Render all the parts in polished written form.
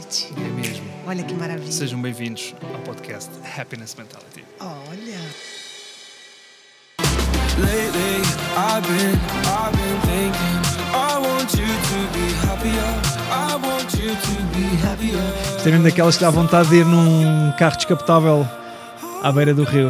Mentality. É mesmo. Olha que maravilha. Sejam bem-vindos ao podcast Happiness Mentality. Olha. Lately, I've been thinking, I want you to be happier. I want you to be happier. Isto é mesmo daquelas que dá vontade de ir num carro descapotável à beira do rio.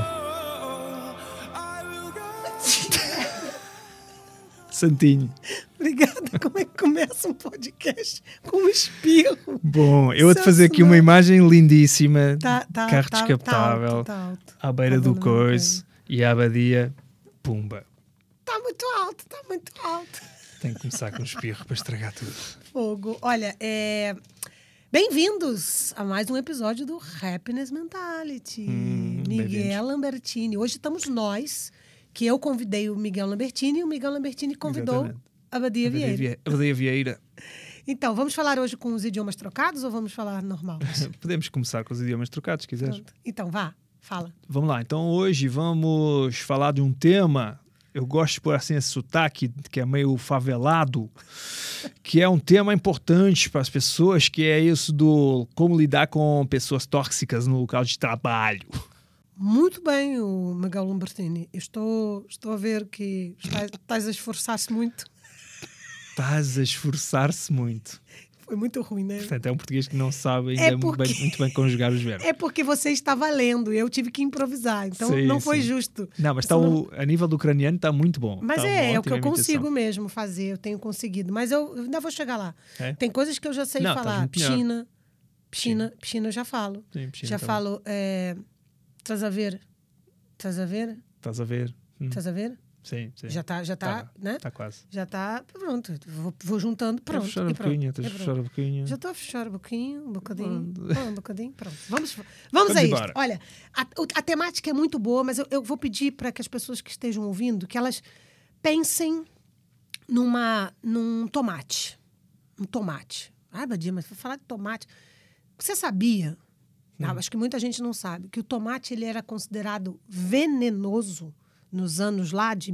Santinho. Obrigada. Como é que começa um podcast com um espirro? Bom, eu vou-te fazer aqui uma imagem lindíssima. Carro descapotável tá alto. à beira do coiso e a abadia, pumba. Tá muito alto. Tem que começar com um espirro para estragar tudo. Fogo. Olha, bem-vindos a mais um episódio do Happiness Mentality. Miguel Lambertini. Hoje estamos nós, que eu convidei o Miguel Lambertini e o Miguel Lambertini convidou a Abadia Vieira. Abadia Vieira. Então, vamos falar hoje com os idiomas trocados ou vamos falar normal? Podemos começar com os idiomas trocados, se quiseres. Pronto. Então, vá, fala. Vamos lá. Então, hoje vamos falar de um tema. Eu gosto de pôr assim esse sotaque, que é meio favelado, que é um tema importante para as pessoas, que é isso do como lidar com pessoas tóxicas no local de trabalho. Muito bem, o Miguel Lambertini. Estou a ver que estás a esforçar-se muito. Estás a esforçar-se muito. Foi muito ruim, né? Portanto, é um português que não sabe ainda muito bem conjugar os verbos. É porque você estava lendo e eu tive que improvisar, então sim, não foi sim. justo. Não, mas a nível do ucraniano está muito bom. Mas tá é o que eu imitação. consigo mesmo fazer, eu tenho conseguido. Mas eu ainda vou chegar lá. É? Tem coisas que eu já sei falar. Piscina eu já falo. Sim, piscina já também. falo, estás a ver? Estás a ver? Estás a ver? Sim. Já tá, né? Está quase. Já está, pronto. Vou juntando, pronto. Tens de fechar a boquinha. Já estou a fechar um bocadinho. Pronto. Vamos a isto. Embora. Olha, a temática é muito boa, mas eu vou pedir para que as pessoas que estejam ouvindo, que elas pensem num tomate. Um tomate. Ah, Badia, mas vou falar de tomate. Você sabia, acho que muita gente não sabe, que o tomate ele era considerado venenoso nos anos lá de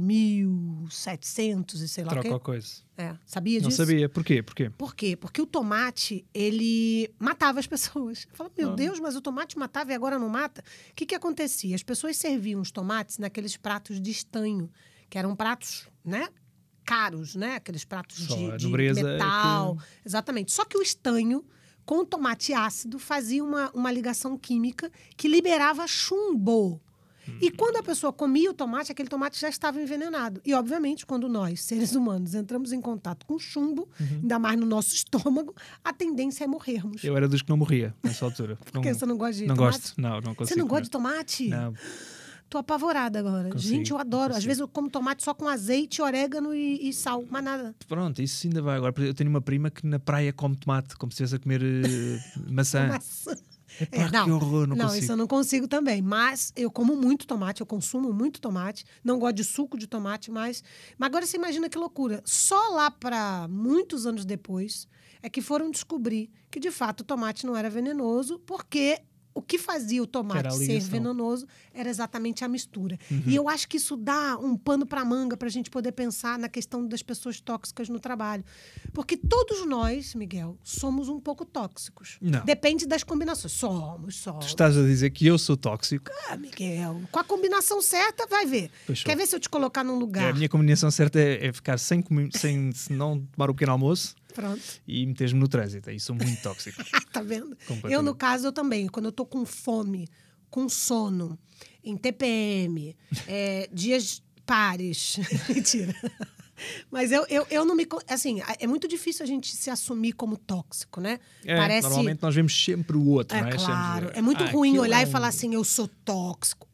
1700 e sei lá o quê? Troca a coisa. Sabia disso? Não sabia. Por quê? Por quê? Porque o tomate, ele matava as pessoas. Fala, meu Deus, mas o tomate matava e agora não mata? O que acontecia? As pessoas serviam os tomates naqueles pratos de estanho, que eram pratos, né, caros, né? Aqueles pratos de metal. Exatamente. Só que o estanho, com o tomate ácido, fazia uma ligação química que liberava chumbo. E quando a pessoa comia o tomate, aquele tomate já estava envenenado. E, obviamente, quando nós, seres humanos, entramos em contato com chumbo, ainda mais no nosso estômago, a tendência é morrermos. Eu era dos que não morria nessa altura. Por que você não gosta de não tomate? Gosto. Não consigo. Você não gosta de tomate? Não. Tô apavorada agora. Consigo, Gente, eu adoro. Às vezes eu como tomate só com azeite, orégano e sal, mais nada. Pronto, isso ainda vai. Agora, eu tenho uma prima que na praia come tomate, como se estivesse a comer maçã. Maçã. Que horror, não consigo. Isso eu não consigo também. Mas eu como muito tomate, eu consumo muito tomate. Não gosto de suco de tomate, mas agora você imagina que loucura. Só lá para muitos anos depois é que foram descobrir que, de fato, o tomate não era venenoso, porque o que fazia o tomate ser venenoso era exatamente a mistura. E eu acho que isso dá um pano para manga para a gente poder pensar na questão das pessoas tóxicas no trabalho. Porque todos nós, Miguel, somos um pouco tóxicos. Não. Depende das combinações. Somos. Tu estás a dizer que eu sou tóxico? Ah, Miguel, com a combinação certa, vai ver. Fechou. Quer ver se eu te colocar num lugar? A minha combinação certa é ficar sem não tomar o pequeno almoço. Pronto. E meter-me no trânsito. Aí sou muito tóxico. Tá vendo? Eu, no caso, eu também. Quando eu tô com fome, com sono, em TPM, dias pares. Mentira. Mas eu não me... Assim, é muito difícil a gente se assumir como tóxico, né? Parece... Normalmente nós vemos sempre o outro, não é? Claro. É muito ruim olhar e falar assim, eu sou tóxico.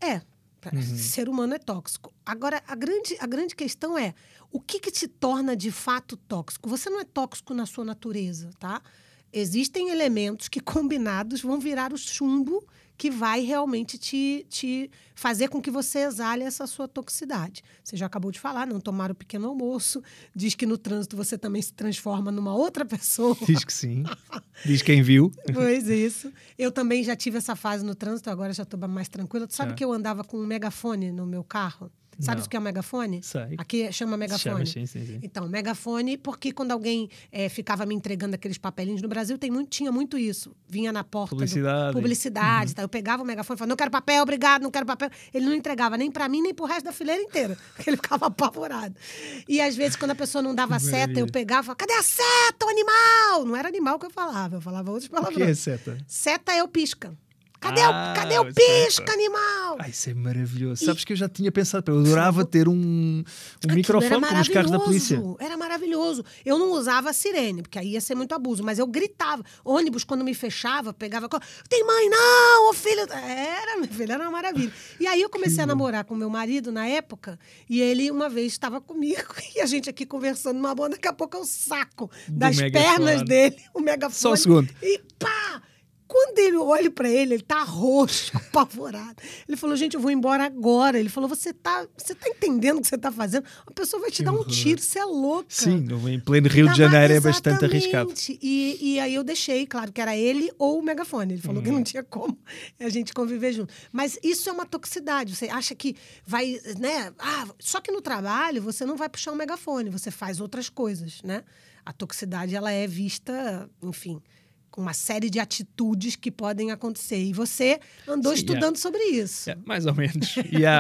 Ser humano é tóxico. Agora, a grande questão é, o que te torna de fato tóxico? Você não é tóxico na sua natureza, tá? Existem elementos que, combinados, vão virar o chumbo que vai realmente te fazer com que você exale essa sua toxicidade. Você já acabou de falar, não tomar o pequeno almoço, diz que no trânsito você também se transforma numa outra pessoa. Diz que sim. Diz quem viu. Pois isso. Eu também já tive essa fase no trânsito, agora já estou mais tranquila. Tu sabe que eu andava com um megafone no meu carro? Sabe Não. o que é o megafone? Sei. Aqui chama megafone. Chama, sim. Então, megafone, porque quando alguém ficava me entregando aqueles papelinhos no Brasil, tinha muito isso. Vinha na porta. Publicidade. Tá? Eu pegava o megafone e falava, não quero papel, obrigado, não quero papel. Ele não entregava nem pra mim, nem pro resto da fileira inteira. Porque ele ficava apavorado. E às vezes, quando a pessoa não dava seta, eu pegava e falava, cadê a seta, o animal? Não era animal que eu falava outras palavras. O que é seta? Seta é o pisca. Cadê o seta. pisca, animal? Isso é maravilhoso. Sabes que eu já tinha pensado, eu adorava ter um microfone como os carros da polícia. Era maravilhoso. Eu não usava a sirene, porque aí ia ser muito abuso, mas eu gritava. Ônibus, quando me fechava, pegava... Tem mãe, não, ô filho... Minha filha, era uma maravilha. E aí eu comecei a namorar com meu marido na época, e ele uma vez estava comigo, e a gente aqui conversando numa boa, daqui a pouco eu saco das pernas dele, o megafone. Só um segundo. E pá! Quando eu olho pra ele, ele tá roxo, apavorado. Ele falou, gente, eu vou embora agora. Ele falou, você tá entendendo o que você tá fazendo? A pessoa vai te dar um tiro, você é louca. Sim, em pleno Rio de Janeiro é bastante arriscado. E aí eu deixei, claro, que era ele ou o megafone. Ele falou que não tinha como a gente conviver junto. Mas isso é uma toxicidade. Você acha que vai, né? Só que no trabalho você não vai puxar um megafone, você faz outras coisas, né? A toxicidade, ela é vista, enfim... com uma série de atitudes que podem acontecer. E você andou estudando sobre isso. Mais ou menos.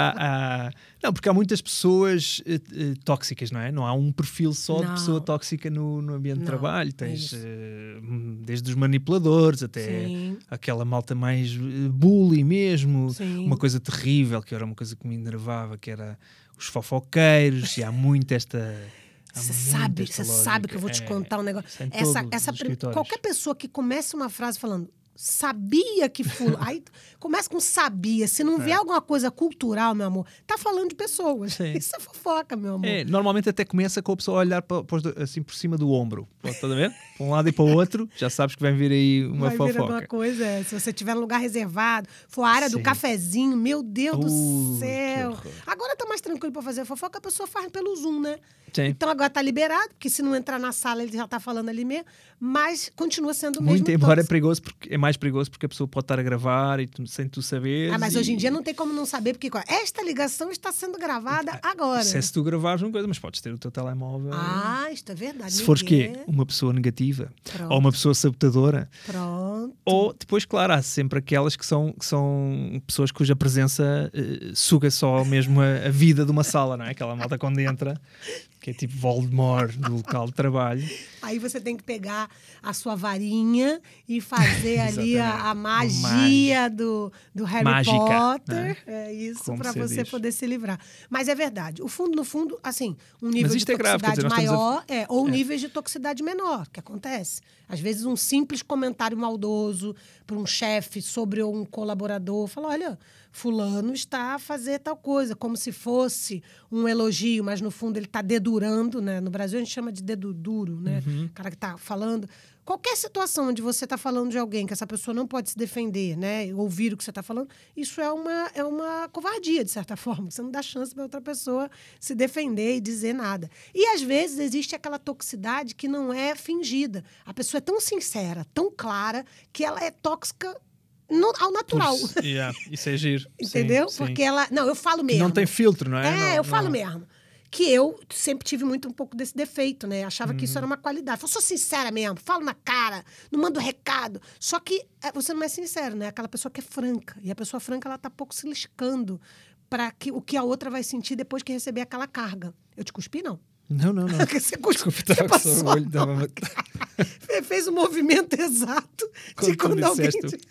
Não, porque há muitas pessoas tóxicas, não é? Não há um perfil só de pessoa tóxica no ambiente de trabalho. Tens desde os manipuladores até aquela malta mais bully mesmo. Sim. Uma coisa terrível, que era uma coisa que me enervava, que era os fofoqueiros. E há muito esta... Você sabe que eu vou te contar um negócio. Qualquer pessoa que comece uma frase falando sabia que aí começa com sabia. Se não vier alguma coisa cultural, meu amor, tá falando de pessoas. Sim. Isso é fofoca, meu amor. Normalmente até começa com a pessoa a olhar assim por cima do ombro. Estás a ver? Para um lado e para o outro, já sabes que vai vir aí uma fofoca. Vai vir alguma coisa, se você tiver num lugar reservado, for a área do cafezinho, meu Deus do céu. Agora tá mais tranquilo para fazer fofoca, a pessoa faz pelo Zoom, né? Sim. Então agora tá liberado, porque se não entrar na sala ele já tá falando ali mesmo, mas continua sendo o mesmo. Muito embora é mais perigoso porque a pessoa pode estar a gravar sem tu saber. Mas hoje em dia não tem como não saber, porque esta ligação está sendo gravada agora. Isso é se tu gravares uma coisa, mas podes ter o teu telemóvel. Isto é verdade. Se fores uma pessoa negativa. Pronto. Ou uma pessoa sabotadora. Pronto. Ou depois, claro, há sempre aquelas que são pessoas cuja presença suga só mesmo a vida de uma sala, não é? Aquela malta quando entra, que é tipo Voldemort do local de trabalho. Aí você tem que pegar a sua varinha e fazer ali a magia do Harry Potter. Né? É isso, para você poder se livrar. Mas é verdade. No fundo, assim, um nível de toxicidade maior ou níveis de toxicidade menor, que acontece. Às vezes um simples comentário maldoso para um chefe sobre um colaborador, fala, olha, fulano está a fazer tal coisa, como se fosse um elogio, mas no fundo ele está dedurando, né? No Brasil a gente chama de dedo duro, né? O cara que está falando. Qualquer situação onde você está falando de alguém que essa pessoa não pode se defender, né? Ouvir o que você está falando, isso é uma covardia, de certa forma. Você não dá chance para outra pessoa se defender e dizer nada. E, às vezes, existe aquela toxicidade que não é fingida. A pessoa é tão sincera, tão clara, que ela é tóxica ao natural. Isso é giro. Entendeu? Sim, porque ela... Não, eu falo mesmo. Não tem filtro, não é? Eu falo mesmo. Que eu sempre tive um pouco desse defeito, né? Achava que isso era uma qualidade. Eu sou sincera mesmo, falo na cara, não mando recado. Só que você não é sincero, né? Aquela pessoa que é franca. E a pessoa franca, ela tá pouco se liscando para o que a outra vai sentir depois que receber aquela carga. Eu te cuspi, não? Não. Você passou o olho Você fez o movimento exato de quando alguém...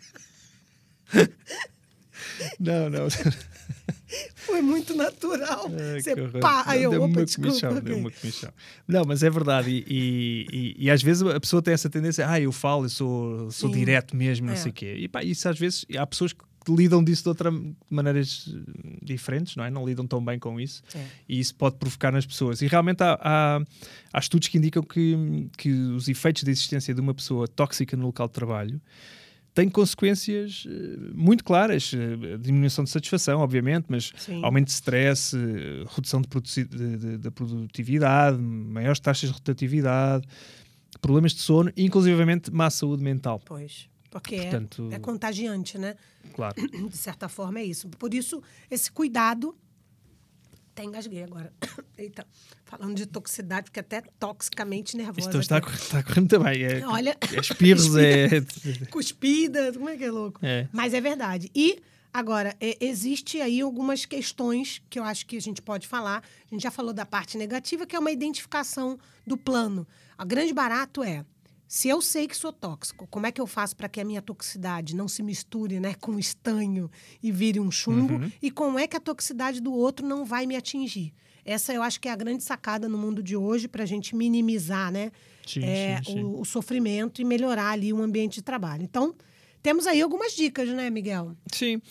Não. Foi muito natural. Você deu uma comichão. Não, mas é verdade. E às vezes a pessoa tem essa tendência, eu falo, eu sou direto mesmo, não sei o quê. E isso às vezes há pessoas que lidam disso de outras maneiras diferentes, não é? Não lidam tão bem com isso. E isso pode provocar nas pessoas. E realmente há estudos que indicam que os efeitos da existência de uma pessoa tóxica no local de trabalho tem consequências muito claras. Diminuição de satisfação, obviamente, mas aumento de stress, redução da produtividade, maiores taxas de rotatividade, problemas de sono e, inclusivamente, má saúde mental. Pois, porque é contagiante, né? Claro. De certa forma, é isso. Por isso, esse cuidado Até engasguei agora. Eita, falando de toxicidade, fiquei até toxicamente nervosa. Isto está correndo também. Olha, espirros, cuspida, como é que é louco? Mas é verdade. E, agora, existe aí algumas questões que eu acho que a gente pode falar. A gente já falou da parte negativa, que é uma identificação do plano. O grande barato é, se eu sei que sou tóxico, como é que eu faço para que a minha toxicidade não se misture, né, com estanho e vire um chumbo? E como é que a toxicidade do outro não vai me atingir? Essa eu acho que é a grande sacada no mundo de hoje para a gente minimizar, né, sim. O sofrimento e melhorar ali o ambiente de trabalho. Então, temos aí algumas dicas, né, Miguel? Sim.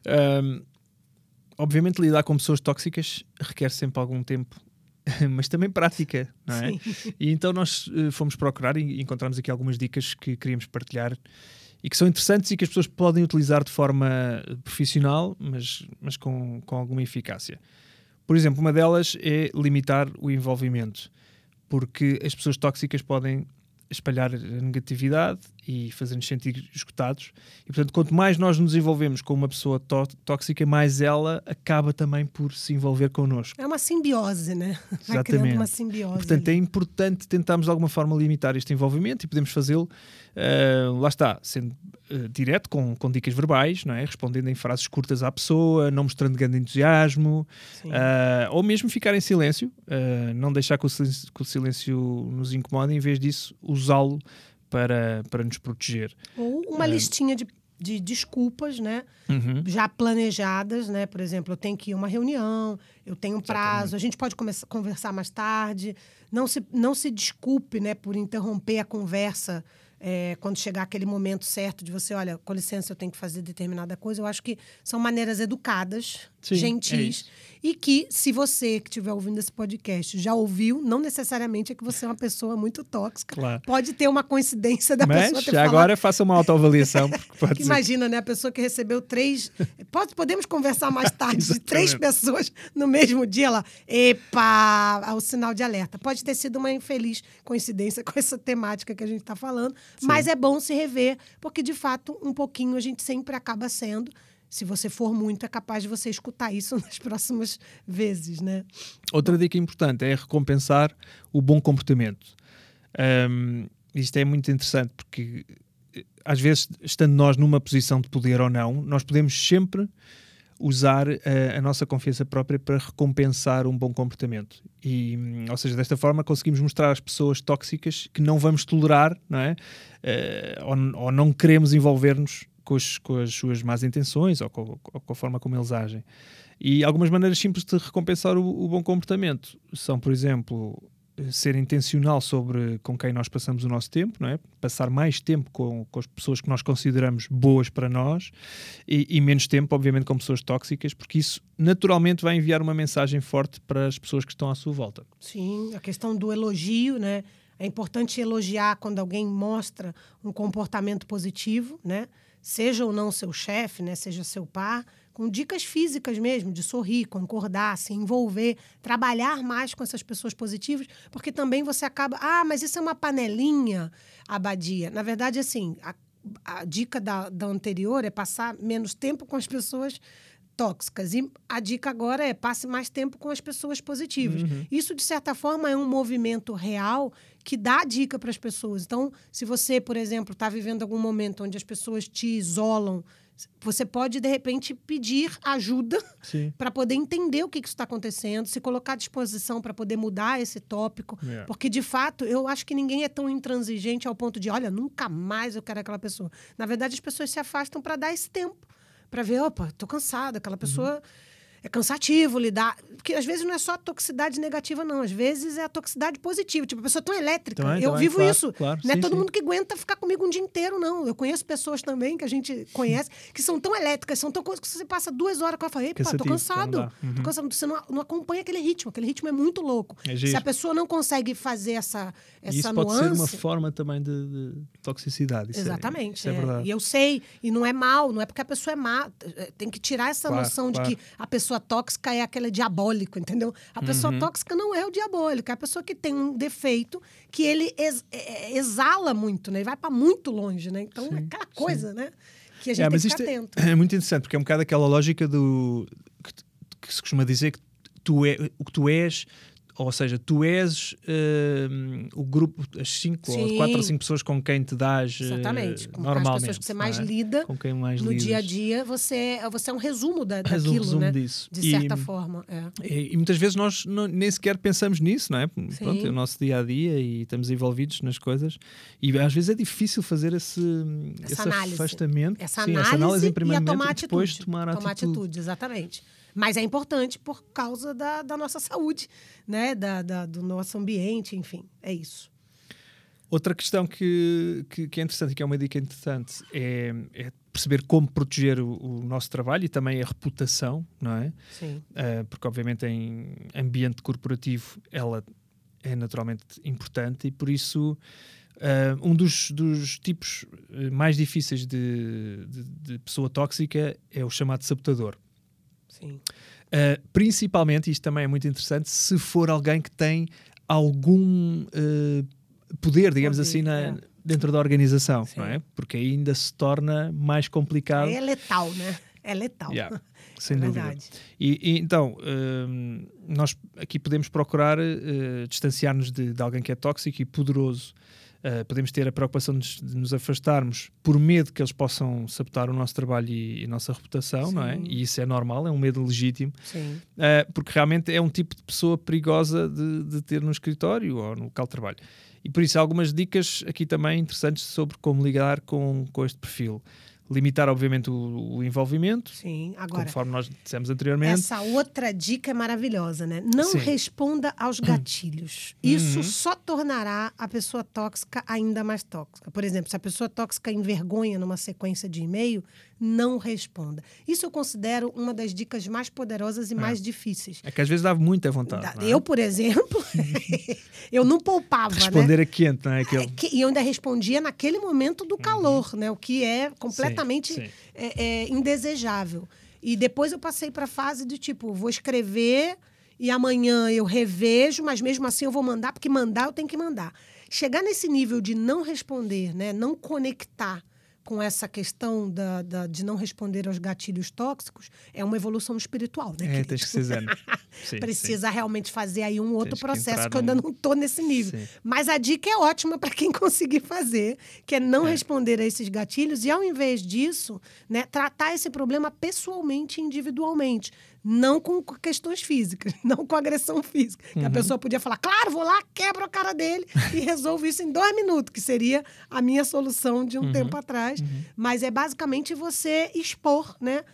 Obviamente, lidar com pessoas tóxicas requer sempre algum tempo, mas também prática, não é? E então nós fomos procurar e encontramos aqui algumas dicas que queríamos partilhar e que são interessantes e que as pessoas podem utilizar de forma profissional, mas com alguma eficácia. Por exemplo, uma delas é limitar o envolvimento, porque as pessoas tóxicas podem espalhar a negatividade e fazer-nos sentir esgotados. E, portanto, quanto mais nós nos envolvemos com uma pessoa tóxica, mais ela acaba também por se envolver connosco. É uma simbiose, né? Vai Exatamente. criando uma simbiose. Portanto, é importante tentarmos de alguma forma limitar este envolvimento e podemos fazê-lo, lá está, sendo direto, com dicas verbais, não é? Respondendo em frases curtas à pessoa, não mostrando grande entusiasmo, ou mesmo ficar em silêncio, não deixar que o silêncio nos incomode, em vez disso, usá-lo para nos proteger. Ou uma listinha de desculpas, né? Já planejadas, né? Por exemplo, eu tenho que ir a uma reunião, eu tenho um prazo, a gente pode conversar mais tarde. Não se desculpe, né, por interromper a conversa quando chegar aquele momento certo de você, olha, com licença, eu tenho que fazer determinada coisa. Eu acho que são maneiras educadas, gentis, e que, se você que estiver ouvindo esse podcast já ouviu, não necessariamente é que você é uma pessoa muito tóxica. Claro. Pode ter uma coincidência da pessoa ter falado. Agora faça uma autoavaliação. Imagina, né? A pessoa que recebeu 3... Podemos conversar mais tarde de 3 pessoas no mesmo dia, lá. Epa! O sinal de alerta. Pode ter sido uma infeliz coincidência com essa temática que a gente está falando, mas é bom se rever, porque, de fato, um pouquinho a gente sempre acaba sendo. Se você for muito, é capaz de você escutar isso nas próximas vezes, né? Outra dica importante é recompensar o bom comportamento. Isto é muito interessante, porque às vezes, estando nós numa posição de poder ou não, nós podemos sempre usar a nossa confiança própria para recompensar um bom comportamento. Ou seja, desta forma conseguimos mostrar às pessoas tóxicas que não vamos tolerar, não é? Ou não queremos envolver-nos com as suas más intenções ou com a forma como eles agem. E algumas maneiras simples de recompensar o bom comportamento são, por exemplo, ser intencional sobre com quem nós passamos o nosso tempo, não é? Passar mais tempo com as pessoas que nós consideramos boas para nós e menos tempo, obviamente, com pessoas tóxicas, porque isso naturalmente vai enviar uma mensagem forte para as pessoas que estão à sua volta. Sim, a questão do elogio, né? É importante elogiar quando alguém mostra um comportamento positivo, né? Seja ou não seu chefe, né? Seja seu par, com dicas físicas mesmo, de sorrir, concordar, se envolver, trabalhar mais com essas pessoas positivas, porque também você acaba... mas isso é uma panelinha, Abadia. Na verdade, assim, a dica da anterior é passar menos tempo com as pessoas tóxicas. E a dica agora é passe mais tempo com as pessoas positivas. Isso, de certa forma, é um movimento real que dá dica para as pessoas. Então, se você, por exemplo, está vivendo algum momento onde as pessoas te isolam, você pode, de repente, pedir ajuda para poder entender o que está acontecendo, se colocar à disposição para poder mudar esse tópico. Porque, de fato, eu acho que ninguém é tão intransigente ao ponto de, olha, nunca mais eu quero aquela pessoa. Na verdade, as pessoas se afastam para dar esse tempo. Para ver, opa, tô cansada, aquela pessoa é cansativo lidar. Porque às vezes não é só a toxicidade negativa, não. Às vezes é a toxicidade positiva. Tipo, a pessoa é tão elétrica. Eu vivo claro, isso. Claro, não é todo mundo que aguenta ficar comigo um dia inteiro, não. Eu conheço pessoas também que a gente conhece que são tão elétricas, são tão coisas que você passa 2 horas com ela e fala, epa, tô cansado. Tô cansado. Você não acompanha aquele ritmo. Aquele ritmo é muito louco. Se a pessoa não consegue fazer essa isso nuance... pode ser uma forma também de toxicidade. Exatamente. Isso é verdade. E eu sei. E não é mal. Não é porque a pessoa é má. Tem que tirar essa noção de que a pessoa tóxica é aquele diabólico, entendeu? A pessoa tóxica não é o diabólico. É a pessoa que tem um defeito que ele exala muito, né? Ele vai para muito longe, né? Então, é aquela coisa, né? Que a gente tem que ficar atento. É muito interessante, porque é um bocado aquela lógica que se costuma dizer que o que tu és. Ou seja, tu és o grupo, as 5 ou 4 ou 5 pessoas com quem te dás exatamente, com normalmente. as pessoas que você mais lida, com quem mais no lidas. dia a dia, você é um resumo daquilo, né? Disso. De certa forma. E muitas vezes nós nem sequer pensamos nisso, não é? Pronto, é o nosso dia a dia e estamos envolvidos nas coisas. E às vezes é difícil fazer esse afastamento. Essa análise em primeiro momento, e depois tomar atitude. Exatamente. Mas é importante por causa da nossa saúde, né? Do nosso ambiente, enfim, é isso. Outra questão que é interessante e que é uma dica interessante é perceber como proteger o nosso trabalho e também a reputação, não é? Sim. Porque obviamente em ambiente corporativo ela é naturalmente importante e por isso um dos tipos mais difíceis de pessoa tóxica é o chamado sabotador. Sim. Principalmente, isto também é muito interessante, se for alguém que tem algum poder, digamos assim, dentro da organização, não é? Porque ainda se torna mais complicado. É letal, né? É letal. Yeah, sem dúvida. Verdade. E então, nós aqui podemos procurar distanciar-nos de alguém que é tóxico e poderoso. Podemos ter a preocupação de nos afastarmos por medo que eles possam sabotar o nosso trabalho e a nossa reputação, Sim. não é? E isso é normal, é um medo legítimo. Sim. Porque realmente é um tipo de pessoa perigosa de ter no escritório ou no local de trabalho. E por isso há algumas dicas aqui também interessantes sobre como lidar com este perfil. Limitar, obviamente, o envolvimento. Sim, agora, conforme nós dissemos anteriormente. Essa outra dica é maravilhosa, né? Não Sim. responda aos gatilhos. Isso só tornará a pessoa tóxica ainda mais tóxica. Por exemplo, se a pessoa tóxica envergonha numa sequência de e-mail, não responda. Isso eu considero uma das dicas mais poderosas e mais difíceis. É que às vezes dá muita vontade. Não é? Eu, por exemplo, eu não poupava, responder né? a quente, não é? E eu ainda respondia naquele momento do calor, né? O que é completamente Sim. indesejável. E depois eu passei para a fase de tipo, vou escrever e amanhã eu revejo, mas mesmo assim eu vou mandar, porque mandar eu tenho que mandar. Chegar nesse nível de não responder, né? Não conectar com essa questão de não responder aos gatilhos tóxicos, é uma evolução espiritual, né, querido? Tens que ser zen. Sim, Precisa realmente fazer aí um outro processo, que eu num... ainda não estou nesse nível. Sim. Mas a dica é ótima para quem conseguir fazer, que é não responder a esses gatilhos e, ao invés disso, né, tratar esse problema pessoalmente, individualmente. Não com questões físicas, não com agressão física. Que a pessoa podia falar, claro, vou lá, quebro a cara dele e resolvo isso em 2 minutos, que seria a minha solução de um tempo atrás. Mas é basicamente você expor, né?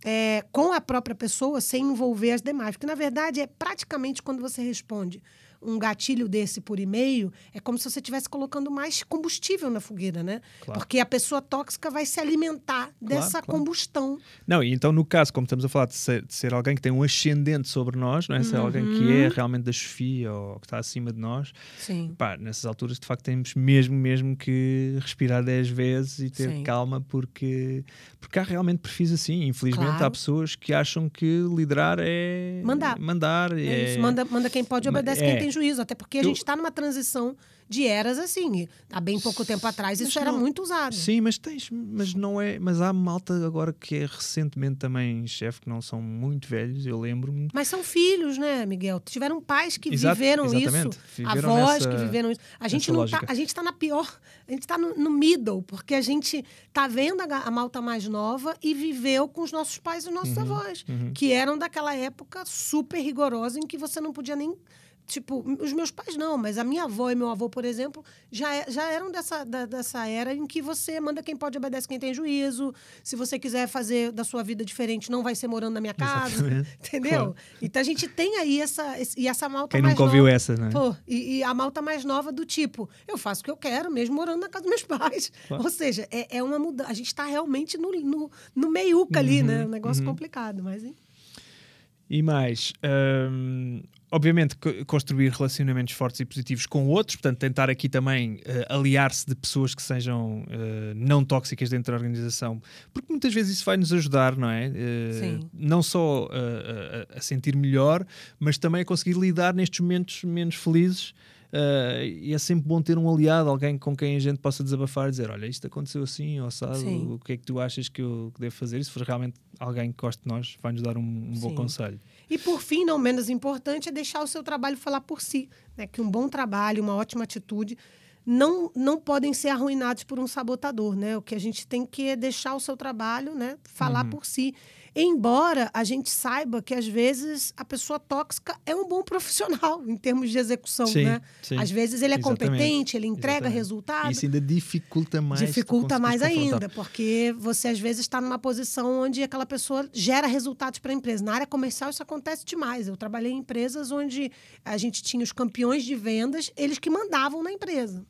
Com a própria pessoa, sem envolver as demais. Porque, na verdade, é praticamente quando você responde um gatilho desse por e-mail, é como se você estivesse colocando mais combustível na fogueira, né? Claro. Porque a pessoa tóxica vai se alimentar dessa combustão. Não, e então, no caso, como estamos a falar de ser alguém que tem um ascendente sobre nós, não é? Ser alguém que é realmente da chefia ou que está acima de nós, Sim. Pá, nessas alturas, de facto, temos mesmo que respirar 10 vezes e ter calma, porque há realmente perfis assim. Infelizmente, há pessoas que acham que liderar é mandar. É isso. Manda quem pode, obedece quem tem juízo. Até porque a gente está numa transição de eras assim. Há bem pouco tempo atrás isso era muito usado. Sim, mas não é. Mas há malta agora que é recentemente também chefe, que não são muito velhos, eu lembro-me. Mas são filhos, né, Miguel? Tiveram pais que viveram exatamente. isso, avós que viveram isso. A gente não tá, a gente está na pior, a gente está no middle, porque a gente está vendo a malta mais nova e viveu com os nossos pais e os nossos avós, que eram daquela época super rigorosa em que você não podia nem... Tipo, os meus pais não, mas a minha avó e meu avô, por exemplo, já eram dessa era em que você manda quem pode, obedece quem tem juízo. Se você quiser fazer da sua vida diferente, não vai ser morando na minha casa. Exatamente. Entendeu? Claro. Então a gente tem aí essa malta quem mais nova. Quem nunca ouviu essa, né? Pô, e a malta mais nova do tipo, eu faço o que eu quero, mesmo morando na casa dos meus pais. Claro. Ou seja, é uma mudança. A gente está realmente no meiuca ali, né? Um negócio complicado, mas... Hein? E mais... obviamente, construir relacionamentos fortes e positivos com outros, portanto, tentar aqui também aliar-se de pessoas que sejam não tóxicas dentro da organização, porque muitas vezes isso vai nos ajudar, não é? Não só a sentir melhor, mas também a conseguir lidar nestes momentos menos felizes. E é sempre bom ter um aliado, alguém com quem a gente possa desabafar e dizer, olha, isto aconteceu assim, ou sabe, o que é que tu achas que eu devo fazer? E se for realmente alguém que goste de nós, vai-nos dar um bom conselho. E, por fim, não menos importante, é deixar o seu trabalho falar por si. Né? Que um bom trabalho, uma ótima atitude não podem ser arruinados por um sabotador. Né? O que a gente tem que é deixar o seu trabalho, né, falar por si. Embora a gente saiba que, às vezes, a pessoa tóxica é um bom profissional em termos de execução, Sim, né? sim. Às vezes ele é Exatamente. competente, ele entrega Exatamente. resultado. Isso ainda dificulta mais. Dificulta tu mais conseguires ainda, confrontar. porque você, às vezes, está numa posição onde aquela pessoa gera resultados para a empresa. Na área comercial, isso acontece demais. Eu trabalhei em empresas onde a gente tinha os campeões de vendas, eles que mandavam na empresa.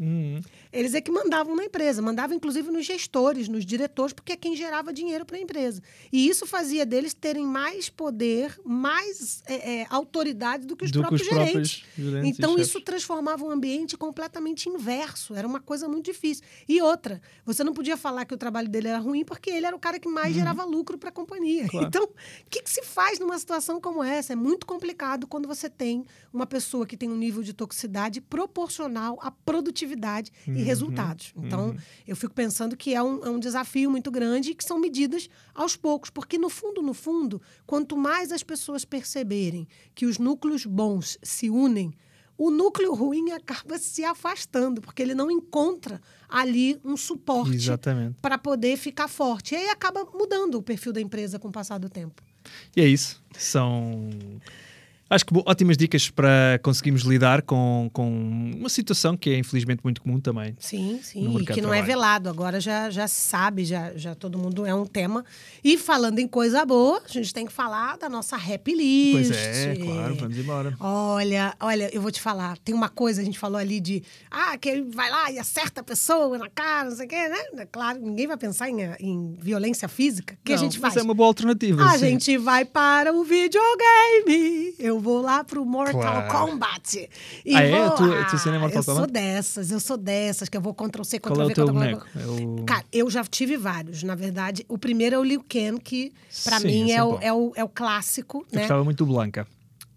Eles é que mandavam na empresa, mandavam inclusive nos gestores, nos diretores, porque é quem gerava dinheiro para a empresa. E isso fazia deles terem mais poder, mais autoridade do que os próprios gerentes. Então, isso transformava um ambiente completamente inverso. Era uma coisa muito difícil. E outra, você não podia falar que o trabalho dele era ruim porque ele era o cara que mais gerava lucro para a companhia. Claro. Então, o que se faz numa situação como essa? É muito complicado quando você tem uma pessoa que tem um nível de toxicidade proporcional à produtividade e resultados. Então, eu fico pensando que é um desafio muito grande e que são medidas aos poucos. Porque, no fundo, quanto mais as pessoas perceberem que os núcleos bons se unem, o núcleo ruim acaba se afastando, porque ele não encontra ali um suporte para poder ficar forte. E aí acaba mudando o perfil da empresa com o passar do tempo. E é isso. São... Acho que ótimas dicas para conseguirmos lidar com uma situação que é infelizmente muito comum também. Sim, no e que não trabalho. é velado. Agora já se sabe, já todo mundo é um tema. E falando em coisa boa, a gente tem que falar da nossa Rap List. Pois é, claro, vamos embora. Olha, eu vou te falar. Tem uma coisa, a gente falou ali de... que vai lá e acerta a pessoa na cara, não sei o quê, né? Claro, ninguém vai pensar em violência física. O que a gente faz? Mas é uma boa alternativa. A gente vai para o videogame. Eu vou lá pro Mortal Kombat. E Tu cena Mortal Kombat? Eu sou dessas, que eu vou Ctrl-C, Ctrl-V, Qual é o teu Ctrl-V. boneco? Cara, eu já tive vários. Na verdade, o primeiro é o Liu Kang, que pra Sim, mim esse é o clássico, Eu né? gostava muito do Blanca.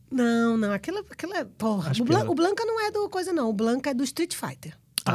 Não, aquilo é... Porra, Acho que era. o Blanca não é do coisa, não. O Blanca é do Street Fighter.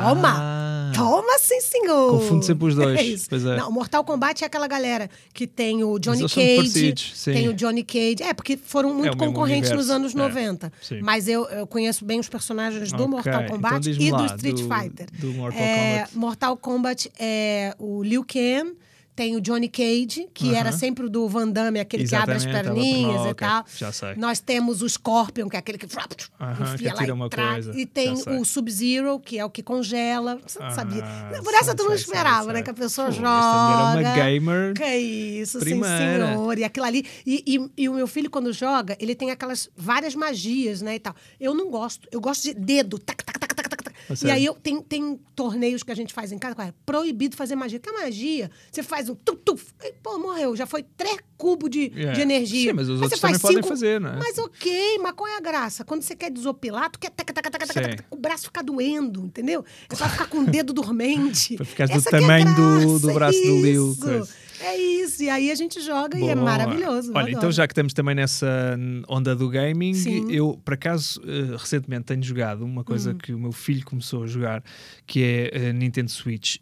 Ah. Toma, sim, senhor! Confundo sempre os dois. É isso. Pois é. Não, Mortal Kombat é aquela galera que tem o Johnny eles são muito Cage, parecidos, sim. tem o Johnny Cage. Porque foram muito o mesmo concorrentes nos universo. anos 90. Sim. Mas eu conheço bem os personagens do Ok, Mortal Kombat então diz-me e do lá, Street do- Fighter. do Mortal Kombat. Mortal Kombat é o Liu Kang, tem o Johnny Cage, que era sempre o do Van Damme, aquele que abre as Exatamente, perninhas ela- e ok, tal. já sei. Nós temos o Scorpion, que é aquele que que enfia lá atira e uma traz. coisa, E tem já sei. o Sub-Zero, que é o que congela. Você não sabia. Por sei, essa tu não sei, esperava, sei. né? Que a pessoa Pô, joga. esta mulher é uma gamer Que isso, primeira. sim, senhor. E aquilo ali. E o meu filho, quando joga, ele tem aquelas várias magias, né? E tal. Eu não gosto. Eu gosto de dedo. Tac, tac, tac, tac, tac, tac. E sério? aí tem torneios que a gente faz em casa, é proibido fazer magia. Que a magia, você faz um tuf, aí, pô, morreu. Já foi 3 cubos de energia. Sim, mas os Aí outros você faz também podem 5, fazer, né? Mas ok, mas qual é a graça? Quando você quer desopilar, tu quer Sim. o braço fica doendo, entendeu? É só ficar com o dedo dormente. Para ficar do Essa que é a tamanho do graça, braço do Liu, isso. coisa. É isso. E aí a gente joga e é Boa. maravilhoso. eu Olha, então adoro. já que estamos também nessa onda do gaming, Sim. eu, por acaso, recentemente tenho jogado uma coisa que o meu filho começou a jogar, que é a Nintendo Switch.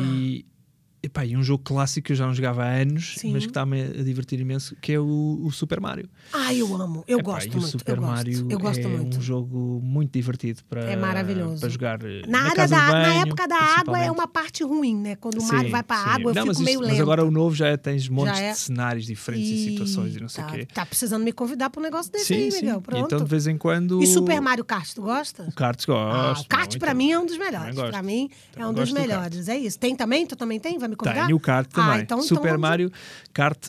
E um jogo clássico que eu já não jogava há anos, Sim. mas que está-me a divertir imenso, que é o Super Mario. Eu amo. Eu Epá, gosto e muito. o Super Mario eu gosto é muito. um jogo muito divertido para, É maravilhoso. para jogar Na área casa de banho, na época da água é principalmente. uma parte ruim, né? Quando o Mario Sim, vai pra sim. água, eu Não, fico mas meio lento. Mas agora o novo já tens montes Já é. de cenários diferentes e situações e não sei o quê. Tá precisando me convidar pra um negócio desse aí, Miguel. E Pronto. então de vez em quando... E Super Mario Kart, tu gosta? O kart gosto. O kart pra mim é um dos melhores. Também gosto. Pra mim é Também um dos gosto do kart. melhores. É isso. Tem também? Tu também tem? Vai me convidar? Tenho o kart também. Então Super vamos- Mario Kart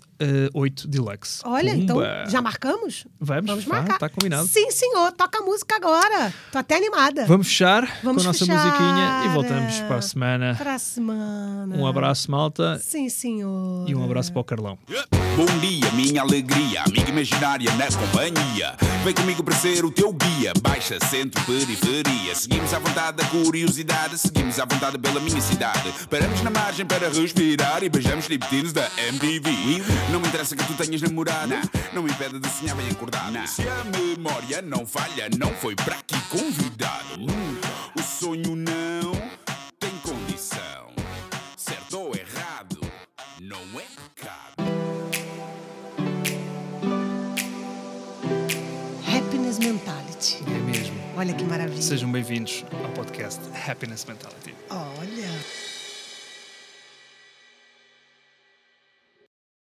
8 Deluxe. Olha, Pumba. então já marcamos? Vamos marcar. Está combinado. Sim, senhor. Toca a música agora. Tô até animada. Vamos fechar Vamos com a nossa fechar. musiquinha e voltamos para a semana. Pra semana. Um abraço, malta, Sim, senhor. e um abraço para o Carlão. Bom dia, minha alegria, amiga imaginária na companhia. Vem comigo para ser o teu guia. Baixa, centro, periferia. Seguimos à vontade da curiosidade. Seguimos à vontade pela minha cidade. Paramos na margem para respirar e beijamos striptease da MTV. Não me interessa que tu tenhas namorada, não me impede de sonhar bem acordado. Se a memória não falha, não foi para aqui convidado. O sonho não tem condição. Certo ou errado, não é pecado. Olha que maravilha. Sejam bem-vindos ao podcast Happiness Mentality. Olha...